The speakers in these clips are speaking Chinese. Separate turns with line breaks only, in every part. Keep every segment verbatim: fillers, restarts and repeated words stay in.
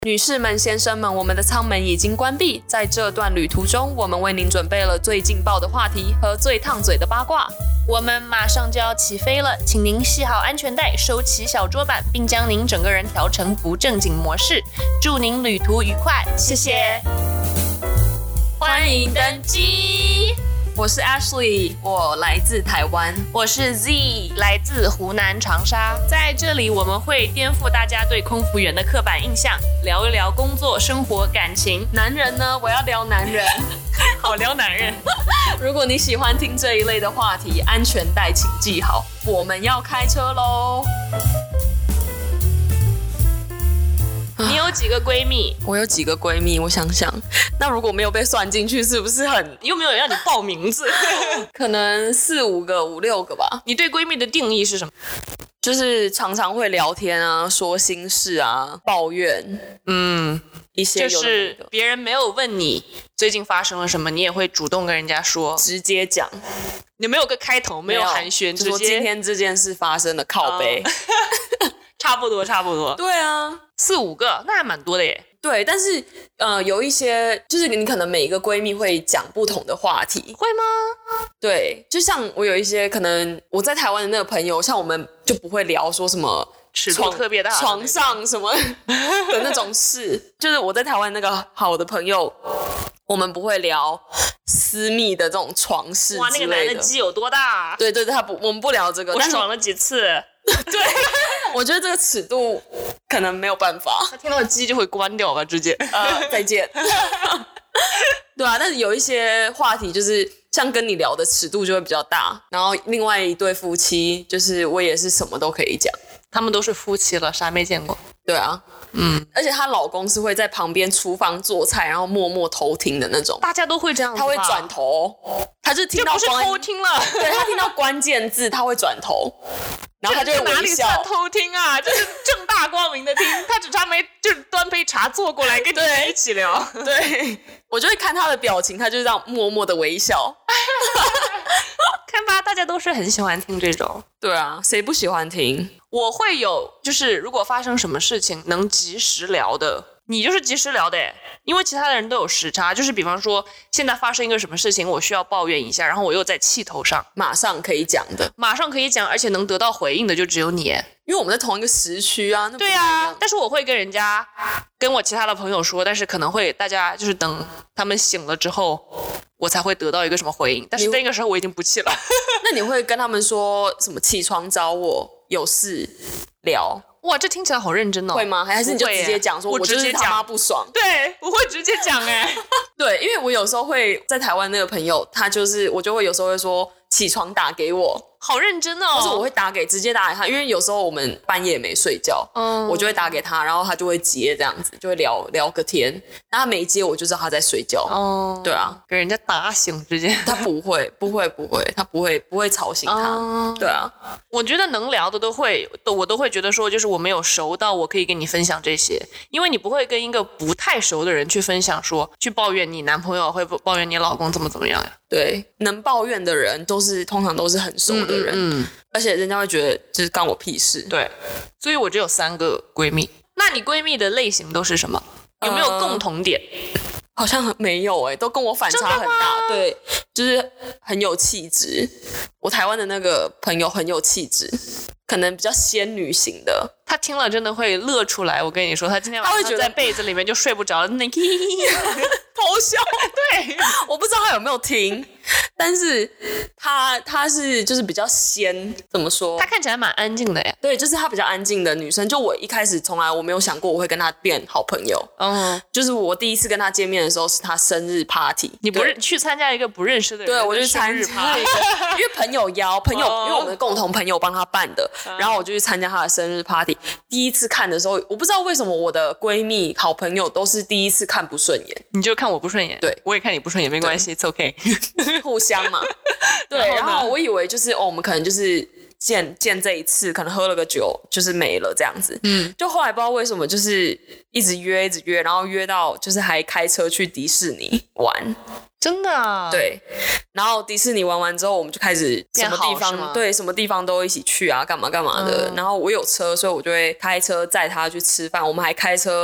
女士们、先生们，我们的舱门已经关闭。在这段旅途中，我们为您准备了最劲爆的话题和最烫嘴的八卦。
我们马上就要起飞了，请您系好安全带，收起小桌板，并将您整个人调成不正经模式。祝您旅途愉快，谢谢。欢迎登机。
我是 Ashley， 我来自台湾。
我是 Z， 来自湖南长沙。在这里，我们会颠覆大家对空服员的刻板印象，聊一聊工作、生活、感情。
男人呢？我要聊男人。
好聊男人。
如果你喜欢听这一类的话题，安全带请系好，我们要开车喽。
你有几个闺蜜？
我有几个闺蜜，我想想，那如果没有被算进去，是不是很……
又没有让你报名字？
可能四五个、五六个吧。
你对闺蜜的定义是什么？
就是常常会聊天啊，说心事啊，抱怨，嗯，一些有的没的
就是别人没有问你最近发生了什么，你也会主动跟人家说，
直接讲。
你没有个开头，没有寒暄，
就说今天这件事发生了，靠背。
嗯差不多，差不多。
对啊，
四五个，那还蛮多的耶。
对，但是呃，有一些就是你可能每一个闺蜜会讲不同的话题，
会吗？
对，就像我有一些可能我在台湾的那个朋友，像我们就不会聊说什么
尺度特别大
床上什么的那种事，就是我在台湾那个好的朋友。我们不会聊私密的这种床事之类的。
哇，那个男的鸡有多大？
对对对，他不，我们不聊这个。
我爽了几次。
对，我觉得这个尺度可能没有办法。
他听到鸡就会关掉吧，直接。
呃，再见。对啊，但是有一些话题就是像跟你聊的尺度就会比较大，然后另外一对夫妻就是我也是什么都可以讲。
他们都是夫妻了，啥没见过？
对啊，嗯，而且她老公是会在旁边厨房做菜，然后默默偷听的那种。
大家都会这样子吧，
他会转头，他就听到
这不是偷听了，
对，他听到关键字，他会转头，然后他就会微笑。
哪里算偷听啊？这是正大光明的听，他只差没就是端杯茶坐过来跟你一起聊。
对，我就会看他的表情，他就这样默默的微笑。
看吧，大家都是很喜欢听这种。
对啊，谁不喜欢听？
我会有，就是如果发生什么事情能及时聊的，你就是及时聊的耶，因为其他的人都有时差。就是比方说，现在发生一个什么事情，我需要抱怨一下，然后我又在气头上，
马上可以讲的，
马上可以讲，而且能得到回应的就只有你。
因为我们在同一个时区啊。那
对啊，但是我会跟人家，跟我其他的朋友说，但是可能会大家就是等他们醒了之后，我才会得到一个什么回应。但是那个时候我已经不气了。
那你会跟他们说什么？起床找我，有事聊。
哇，这听起来好认真哦。
会吗？还是你就直接讲说，我就是他妈不爽？
对，我会直接讲哎。
对，因为我有时候会在台湾那个朋友，他就是我就会有时候会说起床打给我。
好认真哦！
或是我会打给直接打给他，因为有时候我们半夜没睡觉，嗯，我就会打给他，然后他就会接，这样子就会聊聊个天。那他没接，我就知道他在睡觉。哦，对啊，
给人家打醒直接。
他不会，不会，不会，他不会，不会吵醒他。哦，对啊，
我觉得能聊的都会，都我都会觉得说，就是我没有熟到我可以跟你分享这些，因为你不会跟一个不太熟的人去分享说，去抱怨你男朋友，会抱怨你老公怎么怎么样呀。
对，能抱怨的人都是通常都是很熟的人，嗯，嗯而且人家会觉得就是干我屁事。
对，所以我只有三个闺蜜。那你闺蜜的类型都是什么？有没有共同点？
呃、好像没有哎、欸，都跟我反差很大。对，就是很有气质。我台湾的那个朋友很有气质，可能比较仙女型的。
他听了真的会乐出来，我跟你说，他今天晚上在被子里面就睡不着，那
偷笑。
对，
我不知道他有没有听，但是他他是就是比较仙，怎么说？
他看起来蛮安静的耶。
对，就是他比较安静的女生。就我一开始从来我没有想过我会跟他变好朋友。嗯，就是我第一次跟他见面的时候是他生日 party，
你不认去参加一个不认识的人的
对，我就参加一个，因为朋友邀朋友，因为我们的共同朋友帮他办的，然后我就去参加他的生日 party。第一次看的时候，我不知道为什么我的闺蜜、好朋友都是第一次看不顺眼。
你就看我不顺眼，
对，
我也看你不顺眼，没关系 ，it's OK，
互相嘛。对，然后, 然后我以为就是哦，我们可能就是见见这一次，可能喝了个酒，就是没了这样子。嗯，就后来不知道为什么，就是一直约，一直约，然后约到就是还开车去迪士尼玩。
真的啊？
对，然后迪士尼玩完之后，我们就开始什么地方对什么地方都一起去啊，干嘛干嘛的。嗯、然后我有车，所以我就会开车载他去吃饭。我们还开车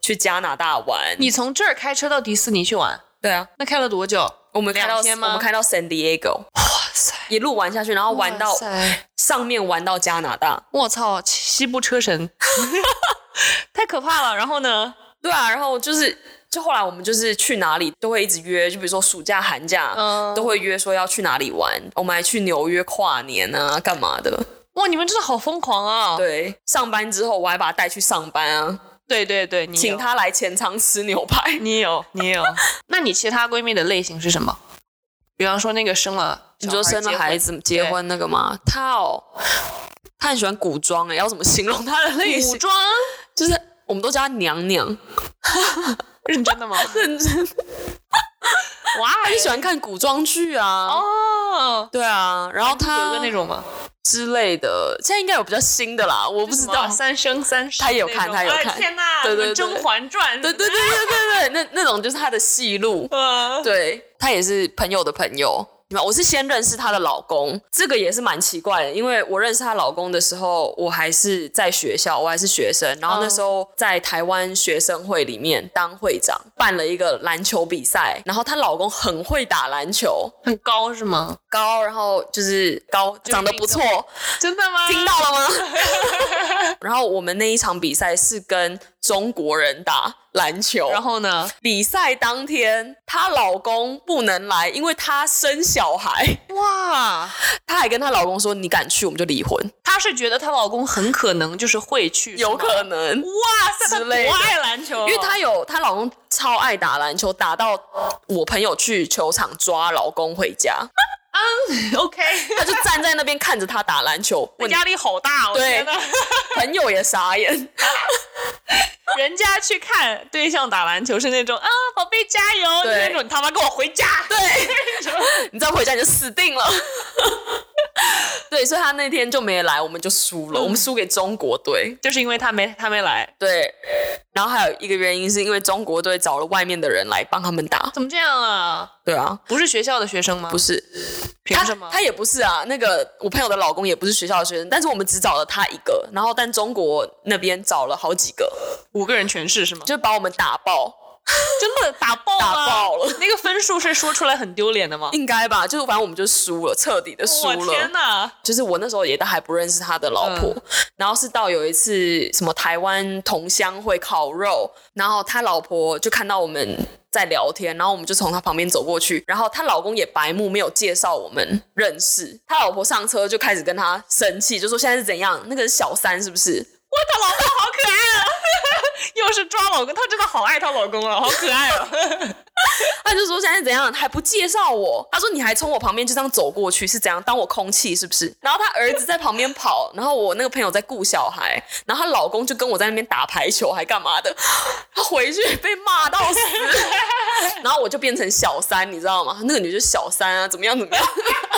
去加拿大玩。
你从这儿开车到迪士尼去玩？
对啊。
那开了多久？
我们开到
两天吗？
我们开到 San Diego，
哇塞，
一路玩下去，然后玩到上面玩到加拿大。
我操，西部车神，太可怕了。然后呢？
对啊，然后就是就后来我们就是去哪里都会一直约，就比如说暑假寒假、嗯、都会约说要去哪里玩。我们还去纽约跨年啊干嘛的。
哇，你们真的好疯狂啊。
对，上班之后我还把他带去上班啊。
对对对，你
请他来前舱吃牛排。
你有你有。那你其他闺蜜的类型是什么？比方说那个生了
你说生了孩子结婚那个吗？她哦，她很喜欢古装哎，要怎么形容她的类型？
古装
就是我们都叫她娘娘。
认真的吗？
认真。
哇，
她就喜欢看古装剧啊。
哦，
对啊，然后她
有个那种吗？
之类的，现在应该有比较新的啦，我不知道。
三生三世，
他有看，他有看。
天哪，
对对对，
甄嬛传，
对对对对对对，那那种就是他的戏路。嗯，对，他也是朋友的朋友。我是先认识她的老公，这个也是蛮奇怪的，因为我认识她老公的时候，我还是在学校，我还是学生，然后那时候在台湾学生会里面当会长，办了一个篮球比赛，然后她老公很会打篮球，
很高是吗？
高，然后就是高，长得不错。
真的吗？
听到了吗？然后我们那一场比赛是跟中国人打篮球，
然后呢？
比赛当天，她老公不能来，因为她生小孩。
哇！
她还跟她老公说：“你敢去，我们就离婚。”
她是觉得她老公很可能就是会去，
有可能。
哇塞，她多爱篮球、哦！
因为她有她老公超爱打篮球，打到我朋友去球场抓老公回家。
嗯 ，OK，
他就站在那边看着他打篮球，
压力好大，我觉得。
朋友也傻眼。
人家去看对象打篮球是那种啊，宝贝加油，那种你他妈跟我回家。
对，你再回家你就死定了。对，所以他那天就没来，我们就输了，嗯、我们输给中国队，
就是因为他没他没来。
对，然后还有一个原因是因为中国队找了外面的人来帮他们打。
怎么这样啊？
对啊，
不是学校的学生吗？
不是，
凭什么？
他, 他也不是啊。那个我朋友的老公也不是学校的学生，但是我们只找了他一个，然后但中国那边找了好几个，
五个人全是是吗？
就把我们打爆。
真的打爆
打爆了。
那个分数是说出来很丢脸的吗？
应该吧，就是反正我们就输了，彻底的输了。
我天哪！
就是我那时候也都还不认识他的老婆、嗯、然后是到有一次什么台湾同乡会烤肉，然后他老婆就看到我们在聊天，然后我们就从他旁边走过去，然后她老公也白目没有介绍我们认识，他老婆上车就开始跟他生气，就说现在是怎样，那个是小三是不是？
哇，她老公好可爱啊！又是抓老公，她真的好爱她老公啊，好可爱啊！
他就说现在怎样还不介绍我，他说你还从我旁边就这样走过去是怎样当我空气是不是？然后他儿子在旁边跑，然后我那个朋友在顾小孩，然后她老公就跟我在那边打排球还干嘛的，他回去被骂到死。然后我就变成小三你知道吗？那个女就是小三啊，怎么样怎么样。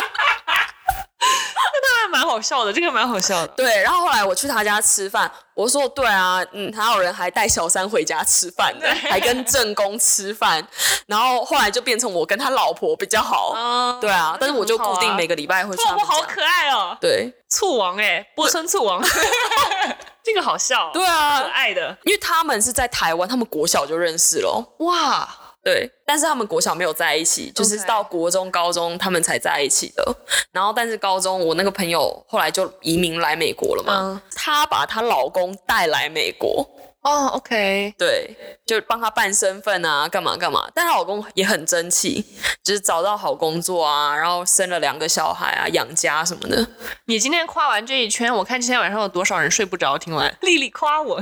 那还蛮好笑的，这个蛮好笑的。
对，然后后来我去他家吃饭，我说对啊，嗯，还有人还带小三回家吃饭的，还跟正宫吃饭，然后后来就变成我跟他老婆比较好，嗯、对啊，但是我就固定每个礼拜会去他们家。
老婆好可爱哦，
对，
醋王哎、欸，波村醋王，这个好笑，
对啊，
可爱的，
因为他们是在台湾，他们国小就认识了，
哇。
对，但是他们国小没有在一起，就是到国中、高中他们才在一起的。然后，但是高中我那个朋友后来就移民来美国了嘛，嗯、她把她老公带来美国。
哦 ，OK，
对，就帮她办身份啊，干嘛干嘛。但她老公也很争气，就是找到好工作啊，然后生了两个小孩啊，养家什么的。
你今天夸完这一圈，我看今天晚上有多少人睡不着？听完丽丽夸我。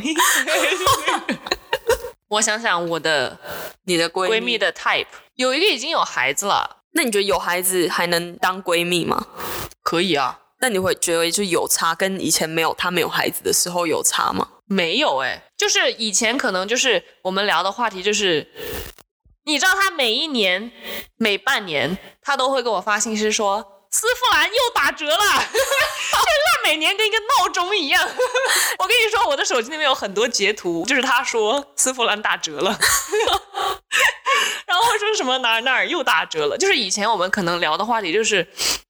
我想想我的
你的闺蜜
闺蜜的 type， 有一个已经有孩子了。
那你觉得有孩子还能当闺蜜吗？
可以啊。
那你会觉得就有差，跟以前没有她没有孩子的时候有差吗？
没有哎、欸，就是以前可能就是我们聊的话题就是，你知道她每一年每半年她都会给我发信息说。丝芙兰又打折了，就是每年跟一个闹钟一样。我跟你说，我的手机那边有很多截图，就是他说丝芙兰打折了，然后说什么哪儿哪儿又打折了。就是以前我们可能聊的话题就是，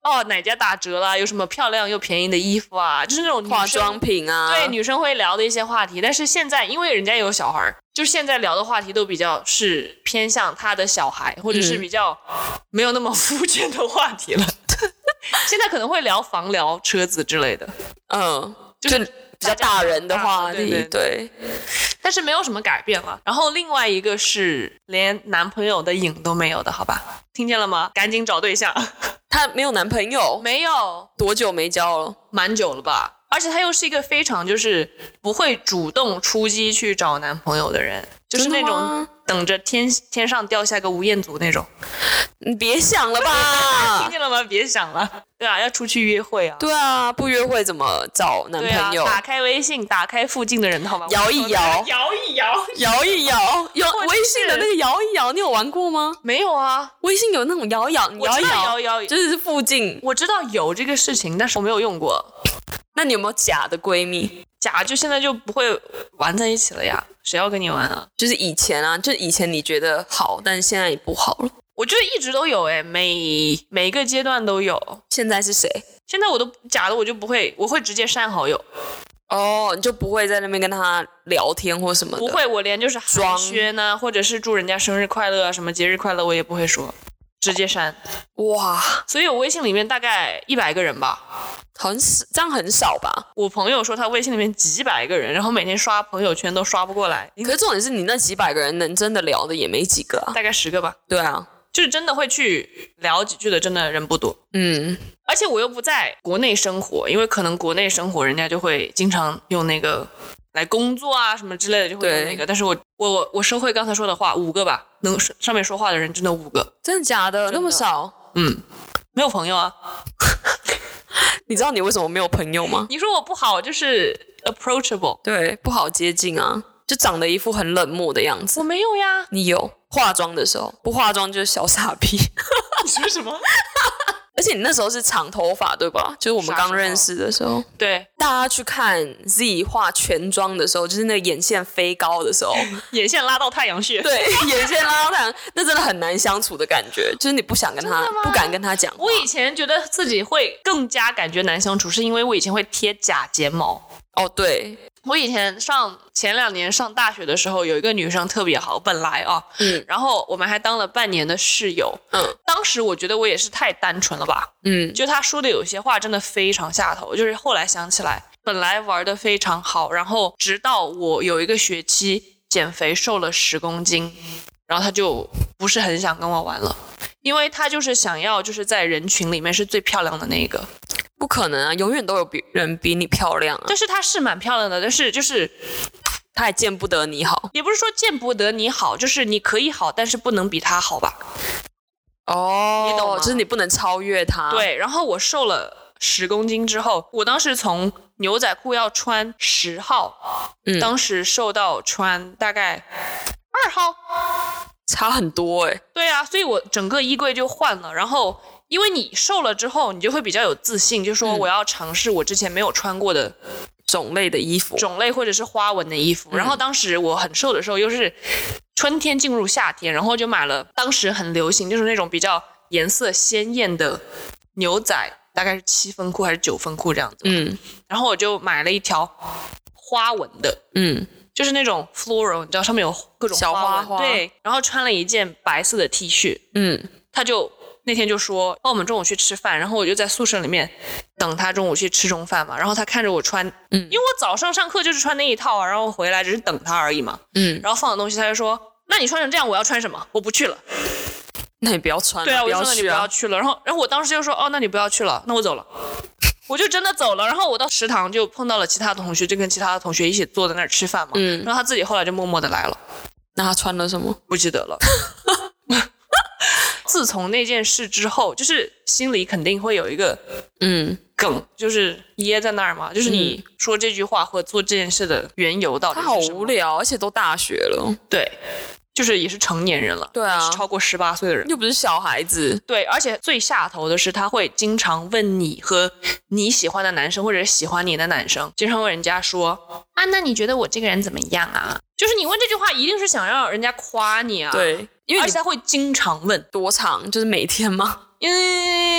哦哪家打折啦，有什么漂亮又便宜的衣服啊，就是那种
化妆品啊，
对女生会聊的一些话题。但是现在因为人家有小孩，就是现在聊的话题都比较是偏向他的小孩，或者是比较没有那么肤浅的话题了。现在可能会聊房聊车子之类的，
嗯，
就是
比较大人的话题，
对, 对, 对,
对，
但是没有什么改变了。然后另外一个是连男朋友的影都没有的，好吧？听见了吗？赶紧找对象。
他没有男朋友？
没有。
多久没交了？
蛮久了吧。而且他又是一个非常就是不会主动出击去找男朋友的人，就是那种等着天天上掉下个吴彦祖那种。
你别想了吧。
听见了吗？别想了。对啊，要出去约会啊。
对啊，不约会怎么找男朋友？
啊、打开微信，打开附近的人号码，
摇一摇，
摇一摇，
摇一摇。有微信的那个摇一摇，你有玩过吗？
没有啊，
微信有那种摇一摇，摇一摇，
摇一
就是附近。
我知道有这个事情，但是我没有用过。
那你有没有假的闺蜜？
假就现在就不会玩在一起了呀，谁要跟你玩啊？
就是以前啊，就以前你觉得好，但是现在也不好了。
我觉得一直都有诶、欸，每每一个阶段都有。
现在是谁？
现在我都假的，我就不会，我会直接删好友。
哦，你就不会在那边跟他聊天或什么的？
不会，我连就是寒暄呢，或者是祝人家生日快乐啊，什么节日快乐，我也不会说，直接删。
哇，
所以我微信里面大概一百个人吧。
很少，这样很少吧？
我朋友说他微信里面几百个人，然后每天刷朋友圈都刷不过来。
可是重点是你那几百个人能真的聊的也没几个啊，
大概十个吧。
对啊，
就是真的会去聊几句的，真的人不多。嗯，而且我又不在国内生活，因为可能国内生活人家就会经常用那个来工作啊什么之类的，就会用那个。但是我我我收回刚才说的话，五个吧，能上面说话的人真的五个。
真的假的？那么少？
嗯，没有朋友啊。
你知道你为什么没有朋友吗？
你说我不好，就是 approachable，
对，不好接近啊，就长得一副很冷漠的样子。
我没有呀。
你有，化妆的时候，不化妆就是小傻逼。
你说什么？
而且你那时候是长头发对吧？就是我们刚认识的时候。
对，
大家去看 Z 化全妆的时候，就是那个眼线飞高的时候，
眼线拉到太阳穴。
对，眼线拉到太阳，那真的很难相处的感觉，就是你不想跟他，不敢跟他讲话。
我以前觉得自己会更加感觉难相处，是因为我以前会贴假睫毛。
哦，对，
我以前上前两年上大学的时候，有一个女生特别好，本来啊，嗯，然后我们还当了半年的室友，嗯，当时我觉得我也是太单纯了吧，嗯，就她说的有些话真的非常下头，就是后来想起来，本来玩的非常好，然后直到我有一个学期减肥瘦了十公斤，然后她就不是很想跟我玩了，因为她就是想要就是在人群里面是最漂亮的那个。
不可能啊，永远都有比人比你漂亮啊。
但是她是蛮漂亮的，但是就是
她还见不得你好。
也不是说见不得你好，就是你可以好，但是不能比她好吧。
哦，
你懂吗？
就是你不能超越她。
对，然后我瘦了十公斤之后，我当时从牛仔裤要穿十号，嗯，当时瘦到穿大概二号，
差很多哎、欸。
对啊，所以我整个衣柜就换了，然后。因为你瘦了之后，你就会比较有自信，就说我要尝试我之前没有穿过的
种类的衣服，
种类或者是花纹的衣服。嗯、然后当时我很瘦的时候，又是春天进入夏天，然后就买了当时很流行，就是那种比较颜色鲜艳的牛仔，大概是七分裤还是九分裤这样子。嗯，然后我就买了一条花纹的，嗯，就是那种 floral， 你知道上面有各种
花纹，小花花，
对，然后穿了一件白色的 T 恤，嗯，他就。那天就说哦我们中午去吃饭，然后我就在宿舍里面等他中午去吃中饭嘛，然后他看着我穿，嗯，因为我早上上课就是穿那一套啊，然后回来只是等他而已嘛，嗯，然后放的东西他就说那你穿成这样我要穿什么，我不去了。
那你不要穿了，
对啊，
不要去啊，
我就说你不要去了，然后然后我当时就说哦那你不要去了，那我走了。我就真的走了，然后我到食堂就碰到了其他的同学，就跟其他的同学一起坐在那儿吃饭嘛，嗯，然后他自己后来就默默的来了。
那他穿了什么？
不记得了。自从那件事之后，就是心里肯定会有一个嗯梗，就是噎在那儿嘛，就是你说这句话或做这件事的缘由到底是什么。
他好无聊，而且都大学了。
对，就是也是成年人了。
对啊，
是超过十八岁的人，
又不是小孩子。
对，而且最下头的是他会经常问你和你喜欢的男生或者喜欢你的男生，经常问人家说啊那你觉得我这个人怎么样啊，就是你问这句话一定是想让人家夸你啊。
对，因为
而且他会经常问。
多长？就是每天吗？
嗯，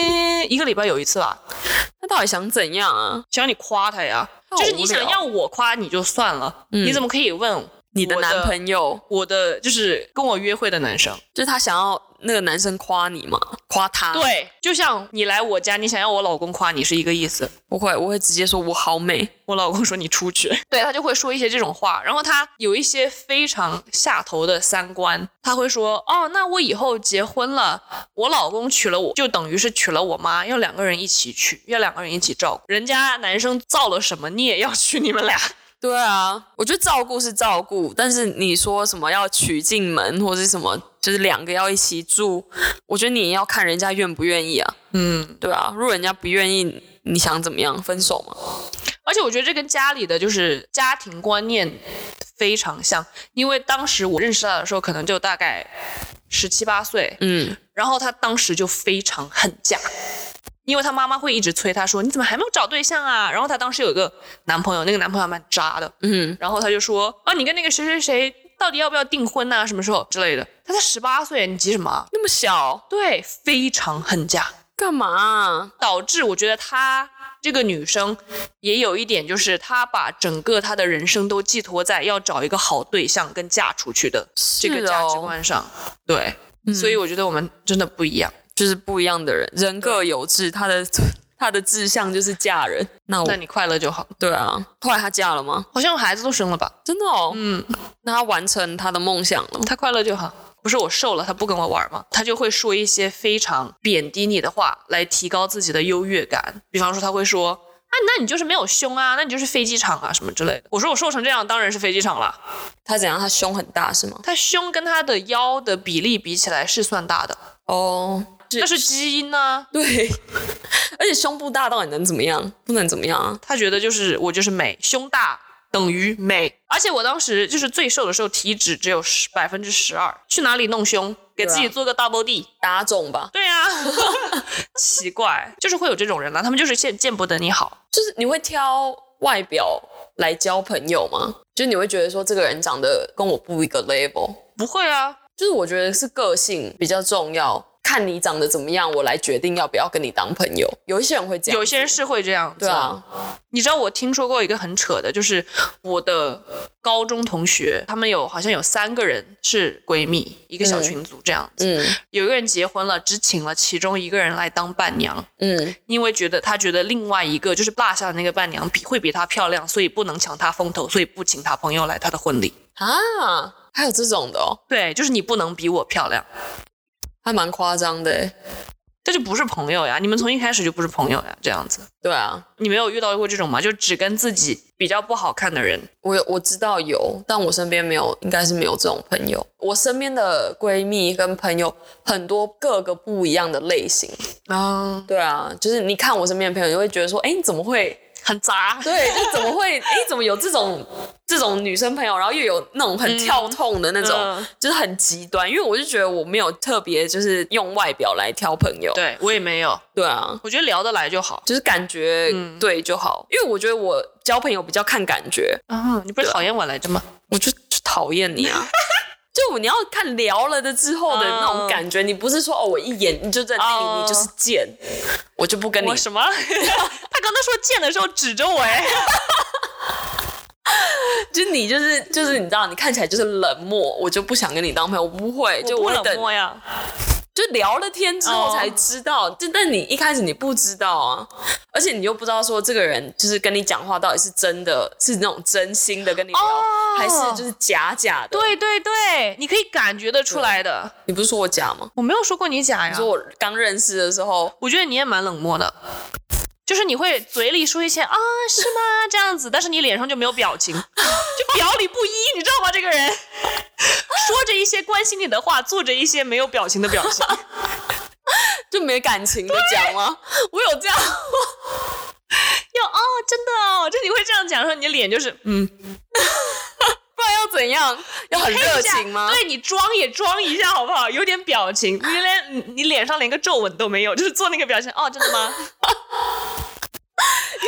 一个礼拜有一次吧。
他到底想怎样啊？
想要你夸他呀，就是你想要我夸你就算了，嗯、你怎么可以问
你的男朋友？
我的就是跟我约会的男生，
就是他想要那个男生夸你嘛，夸他。
对，就像你来我家，你想要我老公夸你是一个意思。
不会，我会直接说我好美。
我老公说你出去。对，他就会说一些这种话，然后他有一些非常下头的三观，他会说哦，那我以后结婚了，我老公娶了我就等于是娶了我妈，要两个人一起娶，要两个人一起照顾。人家男生造了什么孽要娶你们俩？
对啊，我觉得照顾是照顾，但是你说什么要娶进门或者什么，就是两个要一起住，我觉得你也要看人家愿不愿意啊。嗯，对啊，如果人家不愿意，你想怎么样？分手吗？
而且我觉得这跟家里的就是家庭观念非常像，因为当时我认识他的时候，可能就大概十七八岁，嗯，然后他当时就非常恨嫁。因为他妈妈会一直催他说你怎么还没有找对象啊，然后他当时有一个男朋友，那个男朋友蛮渣的，嗯，然后他就说啊你跟那个谁谁谁到底要不要订婚啊，什么时候之类的。他才十八岁，你急什么？
那么小？
对，非常恨嫁。
干嘛啊？
导致我觉得他这个女生也有一点，就是她把整个她的人生都寄托在要找一个好对象跟嫁出去的这个价值观上。哦、对、嗯，所以我觉得我们真的不一样。
就是不一样的人，人各有志，他的他的志向就是嫁人。那我
那你快乐就好。
对啊，后来他嫁了吗？
好像孩子都生了吧？
真的哦。嗯，那他完成他的梦想了。
他快乐就好。不是我瘦了，他不跟我玩吗？他就会说一些非常贬低你的话，来提高自己的优越感。比方说，他会说：“啊，那你就是没有胸啊，那你就是飞机场啊，什么之类的。”我说：“我瘦成这样，当然是飞机场了。”
他怎样？他胸很大是吗？
他胸跟他的腰的比例比起来是算大的
哦。
那是基因啊。
对，而且胸部大到底能怎么样？不能怎么样啊。
他觉得就是我就是美，胸大等于美。而且我当时就是最瘦的时候，体脂只有百分之十二，去哪里弄胸？给自己做个 double D，
打肿吧。
对啊，奇怪，就是会有这种人啦、啊，他们就是见见不得你好。
就是你会挑外表来交朋友吗？就是你会觉得说这个人长得跟我不一个 level？
不会啊，
就是我觉得是个性比较重要。看你长得怎么样，我来决定要不要跟你当朋友。有一些人会这样，
有些人是会这样子。
对啊，
你知道我听说过一个很扯的，就是我的高中同学，他们有好像有三个人是闺蜜，一个小群组这样子。嗯，有一个人结婚了，只请了其中一个人来当伴娘。嗯，因为觉得他觉得另外一个就是落下的那个伴娘比会比她漂亮，所以不能抢她风头，所以不请她朋友来她的婚礼。
啊，还有这种的哦？
对，就是你不能比我漂亮。
还蛮夸张的耶，
这就不是朋友呀！你们从一开始就不是朋友呀，这样子。
对啊，
你没有遇到过这种吗？就只跟自己比较不好看的人。
我有我知道有，但我身边没有，应该是没有这种朋友。我身边的闺蜜跟朋友很多各个不一样的类型啊。对啊，就是你看我身边的朋友，你会觉得说，哎，你怎么会
很杂？
对，就怎么会？哎，怎么有这种？这种女生朋友，然后又有那种很跳痛的那种、嗯嗯、就是很极端，因为我就觉得我没有特别就是用外表来挑朋友。
对，我也没有。
对啊，
我觉得聊得来就好，
就是感觉、嗯、对就好，因为我觉得我交朋友比较看感觉。
啊，你不是讨厌我来着吗？
我就讨厌你啊。就你要看聊了的之后的那种感觉、嗯、你不是说哦我一眼你就认定、嗯、你就是贱，我就不跟你。
我什么？他刚才说贱的时候指着我哎。
就你就是就是你知道你看起来就是冷漠，我就不想跟你当朋友。我不会，就
我不冷漠呀。
就聊了天之后才知道， oh. 就但你一开始你不知道啊，而且你又不知道说这个人就是跟你讲话到底是真的是那种真心的跟你聊， oh. 还是就是假假的。
对对对，你可以感觉得出来的。
你不是说我假吗？
我没有说过你假呀。
你说我刚认识的时候，
我觉得你也蛮冷漠的。就是你会嘴里说一些啊是吗这样子，但是你脸上就没有表情，就表里不一，你知道吗？这个人说着一些关心你的话，做着一些没有表情的表情，
就没感情的讲吗？我有这样
有哦，真的哦，就你会这样讲说你的脸就是嗯，
不然要怎样？要很热情吗？
对，你装也装一下好不好？有点表情，你连你脸上连个皱纹都没有，就是做那个表情。哦，真的吗？
因为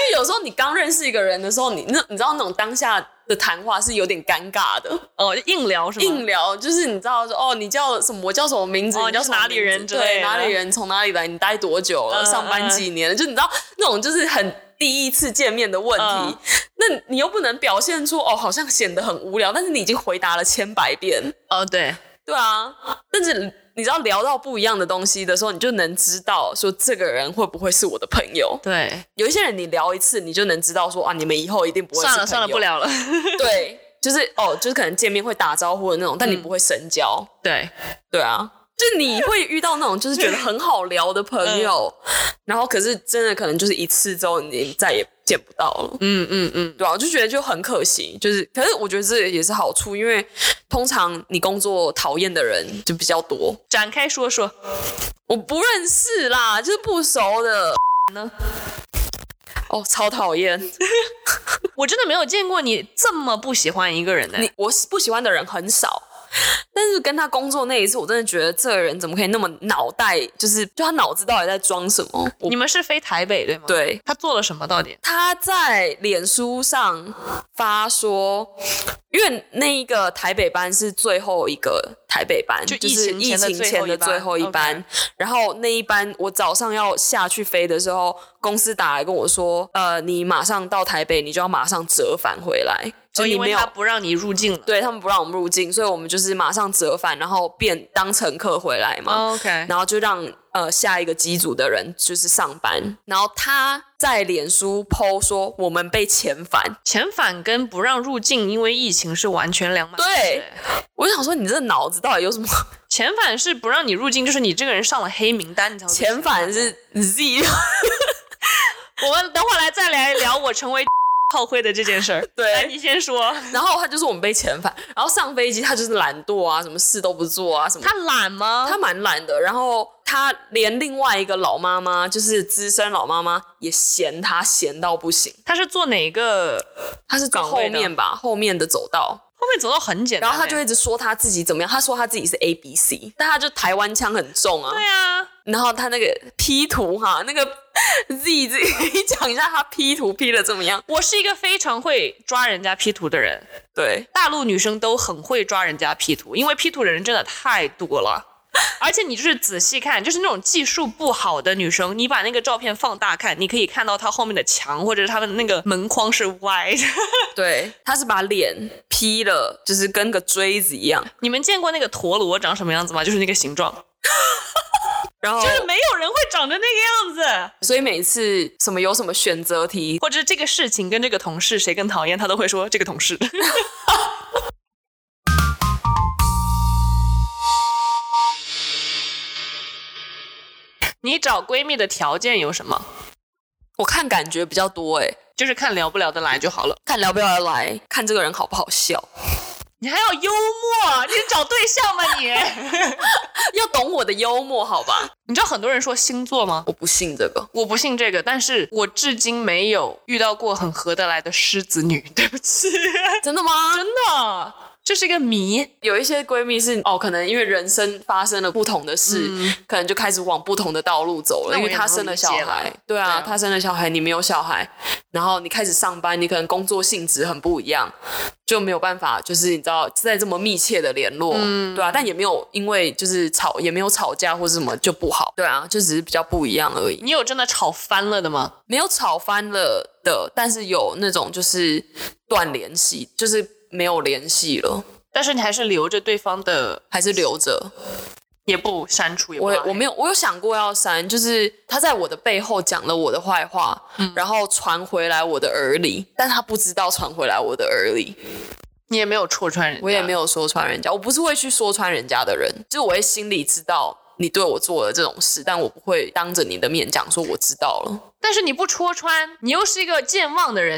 为有时候你刚认识一个人的时候，你那你知道那种当下的谈话是有点尴尬的
哦，硬聊是吗？
硬聊就是你知道说哦，你叫什么？我叫什么名字？
哦、
你叫什么
哪里人之类的？
对，哪里人？从哪里来？你待多久了？
嗯、
上班几年了？嗯、就你知道那种就是很第一次见面的问题，嗯、那你又不能表现出哦，好像显得很无聊，但是你已经回答了千百遍。
哦，对，
对啊，但是。你知道聊到不一样的东西的时候，你就能知道说这个人会不会是我的朋友。
对，
有一些人你聊一次，你就能知道说啊，你们以后一定不会是朋友。
算了算了，不聊了。
对，就是哦，就是可能见面会打招呼的那种，但你不会深交。
嗯、对，
对啊，就你会遇到那种就是觉得很好聊的朋友，嗯、然后可是真的可能就是一次之后你再也见不到了。
嗯嗯嗯，
对啊，我就觉得就很可惜。就是可是我觉得这也是好处，因为通常你工作讨厌的人就比较多。
展开说说。
我不认识啦，就是不熟的呢。哦，超讨厌。
我真的没有见过你这么不喜欢一个人的。
你我不喜欢的人很少，但是跟他工作那一次，我真的觉得这个人怎么可以那么脑袋，就是就他脑子到底在装什么？
你们是飞台北对吗？
对。
他做了什么到底？
他在脸书上发说，因为那一个台北班是最后一个台北班，
就
疫情前的最后一班。
okay.
然后那一班我早上要下去飞的时候，公司打来跟我说，呃，你马上到台北，你就要马上折返回来。就你没有，
因为他不让你入境了，
对，他们不让我们入境，所以我们就是马上折返，然后变当乘客回来嘛。
oh, OK，
然后就让呃下一个机组的人就是上班。然后他在脸书 po 说我们被遣返，
遣返跟不让入境因为疫情是完全两码事。
对，我就想说你这脑子到底有什么？
遣返是不让你入境，就是你这个人上了黑名单，你才会
遣返是 Z。
我们等会儿来再来聊我成为炮灰的这件事儿。
对，
来你先说。
然后他就说我们被遣返，然后上飞机他就是懒惰啊，什么事都不做啊，什么。
他懒吗？
他蛮懒的。然后他连另外一个老妈妈，就是资深老妈妈，也嫌他嫌到不行。
他是做哪个？
他是坐后面吧，后面的走道。
后面走到很简单，
然后他就一直说他自己怎么样，他说他自己是 A B C， 但他就台湾腔很重啊。
对啊，
然后他那个 P 图哈，那个 Z 自己可以讲一下他 P 图 P 的怎么样？
我是一个非常会抓人家 P 图的人，
对，
大陆女生都很会抓人家 P 图，因为 P 图的人真的太多了。而且你就是仔细看，就是那种技术不好的女生，你把那个照片放大看，你可以看到她后面的墙或者是她们那个门框是歪的。
对，她是把脸 P 了，就是跟个锥子一样。
你们见过那个陀螺长什么样子吗？就是那个形状。
然后
就是没有人会长成那个样子，
所以每次什么有什么选择题，
或者这个事情跟这个同事谁更讨厌，他都会说这个同事。你找闺蜜的条件有什么？
我看感觉比较多诶，
就是看聊不聊得来就好了。
看聊不聊得来，看这个人好不好笑。
你还要幽默，你找对象吗你？
要懂我的幽默好吧？
你知道很多人说星座吗？
我不信这个，
我不信这个，但是我至今没有遇到过很合得来的狮子女。对不起，
真的吗？
真的。这是一个谜。
有一些闺蜜是哦，可能因为人生发生了不同的事，嗯、可能就开始往不同的道路走了。因为她生了小孩，对啊，她生了小孩，你没有小孩，然后你开始上班，你可能工作性质很不一样，就没有办法，就是你知道在这么密切的联络，嗯、对啊，但也没有因为就是吵，也没有吵架或是什么就不好，对啊，就只是比较不一样而已。
你有真的吵翻了的吗？
没有吵翻了的，但是有那种就是断联系，就是没有联系了。
但是你还是留着对方的，
还是留着，
也不删除，也不
我我没有，我有想过要删，就是他在我的背后讲了我的坏话，嗯、然后传回来我的耳里，但他不知道传回来我的耳里。
你也没有戳穿人家，
我也没有说穿人家，我不是会去说穿人家的人，就是我会心里知道你对我做了这种事，但我不会当着你的面讲说我知道了。
但是你不戳穿，你又是一个健忘的人，你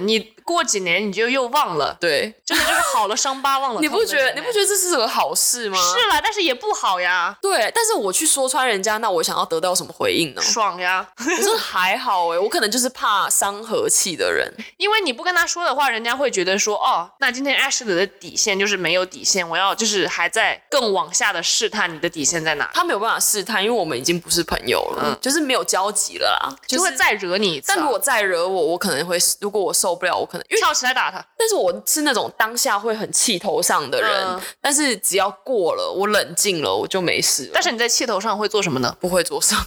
过几年你就又忘了。
对，
真的就是好了伤疤忘了痛。
你不觉得你不觉得这是个好事吗？
是啦，但是也不好呀。
对，但是我去说穿人家，那我想要得到什么回应呢？
爽呀！
我说还好哎、欸，我可能就是怕伤和气的人，
因为你不跟他说的话，人家会觉得说，哦，那今天 Ashley 的底线就是没有底线，我要就是还在更往下的试探你的底线在哪。
他没有办法试探，因为我们已经不是朋友了，嗯、就是没有交集了啦，
就是、就会再惹你一次、啊。
但如果再惹我，我可能会，如果我受不了，我可能
跳起来打他。
但是我是那种当下会很气头上的人，嗯、但是只要过了，我冷静了，我就没事了。
但是你在气头上会做什么呢？
不会做什么。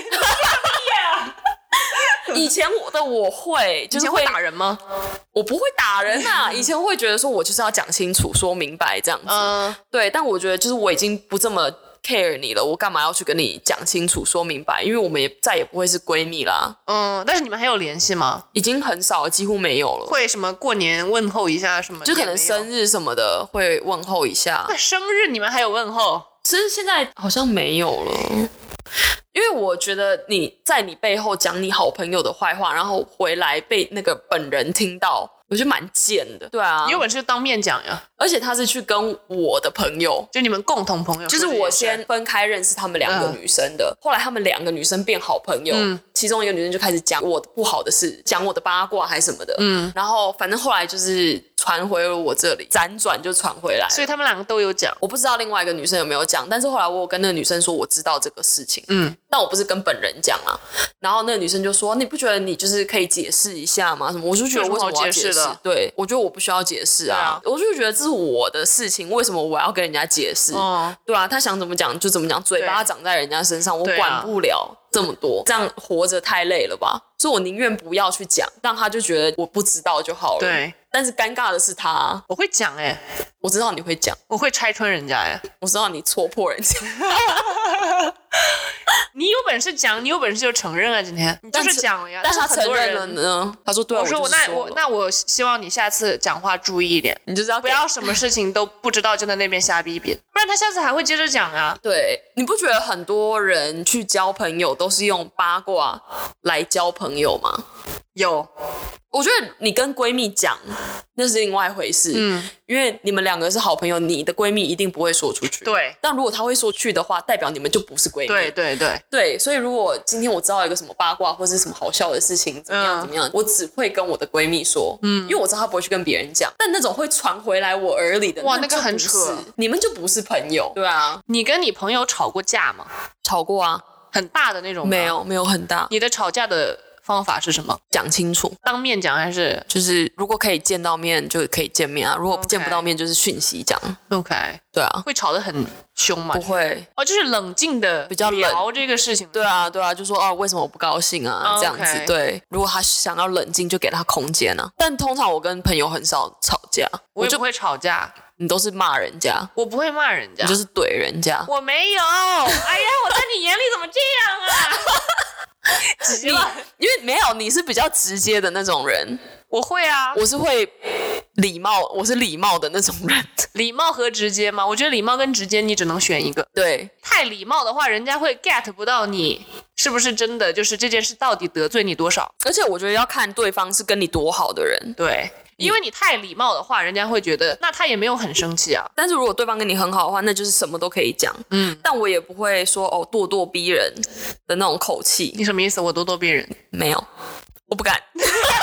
以前我的我会，就是
会打人吗？
我不会打人啊，以前会觉得说我就是要讲清楚、说明白这样子。嗯，对。但我觉得就是我已经不这么 care 你了，我干嘛要去跟你讲清楚、说明白？因为我们也再也不会是闺蜜啦。
嗯，但是你们还有联系吗？
已经很少了，几乎没有了。
会什么过年问候一下什么？
就可能生日什么的会问候一下。
那生日你们还有问候？
其实现在好像没有了。因为我觉得你在你背后讲你好朋友的坏话，然后回来被那个本人听到，我觉得蛮贱的。对啊，
你有本事当面讲呀！
而且他是去跟我的朋友，
就你们共同朋友，
就是我先分开认识他们两个女生的，嗯、后来他们两个女生变好朋友，嗯、其中一个女生就开始讲我不好的事，讲我的八卦还是什么的，嗯，然后反正后来就是传回了我这里，辗转就传回来，
所以他们两个都有讲。
我不知道另外一个女生有没有讲，但是后来我有跟那个女生说我知道这个事情，嗯，但我不是跟本人讲啊。然后那个女生就说：“你不觉得你就是可以解释一下吗？什么？”我就觉得为什么我要解释？对，我觉得我不需要解释啊，啊我就觉得这是我的事情，为什么我要跟人家解释？哦，对啊，他想怎么讲就怎么讲，嘴巴长在人家身上，我管不了这么多，这样活着太累了吧？所以我宁愿不要去讲，让他就觉得我不知道就好了。
对。
但是尴尬的是他，
我会讲哎、欸，
我知道你会讲，
我会拆穿人家哎、欸，
我知道你戳破人家。
你有本事讲，你有本事就承认啊！今天你就是讲了呀，
但是他承认了呢。他说对、啊，
我说
我
那我那我希望你下次讲话注意一点，
你就是要
不要什么事情都不知道就在那边瞎逼逼，不然他下次还会接着讲啊。
对，你不觉得很多人去交朋友都是用八卦来交朋友吗？
有。
我觉得你跟闺蜜讲那是另外一回事，嗯，因为你们两个是好朋友，你的闺蜜一定不会说出去，
对。
但如果她会说去的话，代表你们就不是闺蜜，
对对对
对。所以如果今天我知道一个什么八卦或是什么好笑的事情，怎么样怎么样，嗯、我只会跟我的闺蜜说，嗯，因为我知道她不会去跟别人讲。但那种会传回来我耳里的，
哇，那个很扯，
你们就不是朋友，对啊。
你跟你朋友吵过架吗？
吵过啊，
很大的那种吗？
没有，没有很大。
你的吵架的方法是什么？
讲清楚，
当面讲还是
就是如果可以见到面就可以见面啊，如果见不到面就是讯息讲。
OK，
对啊，
会吵得很凶吗？
不会，
哦，就是冷静的
比较
聊这个事情。
对啊，对啊，就说哦，为什么我不高兴啊？
Oh,
这样子。
okay.
对，如果他想要冷静，就给他空间啊。但通常我跟朋友很少吵架，
我也不会吵架。
你都是骂人家，
我不会骂人家，
你就是怼人家。
我没有，哎呀，我在你眼里怎么这样啊？
急了，因为没有，你是比较直接的那种人。
我会啊，
我是会礼貌，我是礼貌的那种人。
礼貌和直接吗？我觉得礼貌跟直接你只能选一个。
对，
太礼貌的话，人家会 get 不到你是不是真的，就是这件事到底得罪你多少。
而且我觉得要看对方是跟你多好的人。
对。因为你太礼貌的话，人家会觉得那他也没有很生气啊。
但是如果对方跟你很好的话，那就是什么都可以讲。嗯，但我也不会说哦咄咄逼人的那种口气。
你什么意思？我咄咄逼人？
没有，我不敢。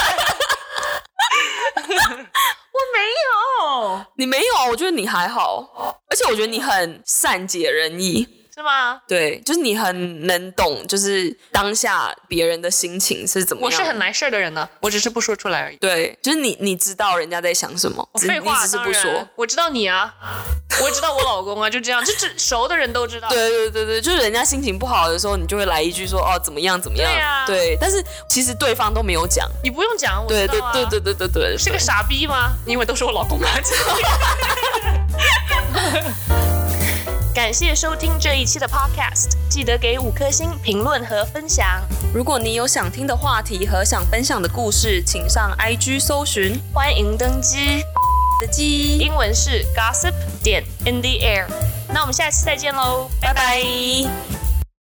我没有，
你没有，我觉得你还好，而且我觉得你很善解人意。
是吗？
对，就是你很能懂，就是当下别人的心情是怎么样的。
我是很来事儿的人呢，我只是不说出来而已。
对，就是你，你知道人家在想什么，
我废话，
你只是不说。
我知道你啊，我知道我老公啊，就这样，就只熟的人都知道。
对对对对，就是人家心情不好的时候，你就会来一句说哦怎么样怎么样。
对啊，
对，但是其实对方都没有讲，
你不用讲，我知道啊。
对对对对对对对，
是个傻逼吗？因为都是我老公啊。感谢收听这一期的 podcast， 记得给五颗星、评论和分享。
如果你有想听的话题和想分享的故事，请上 I G 搜寻，
欢迎登机
的机，
英文是 gossip 点 in the air。那我们下期再见喽，拜拜。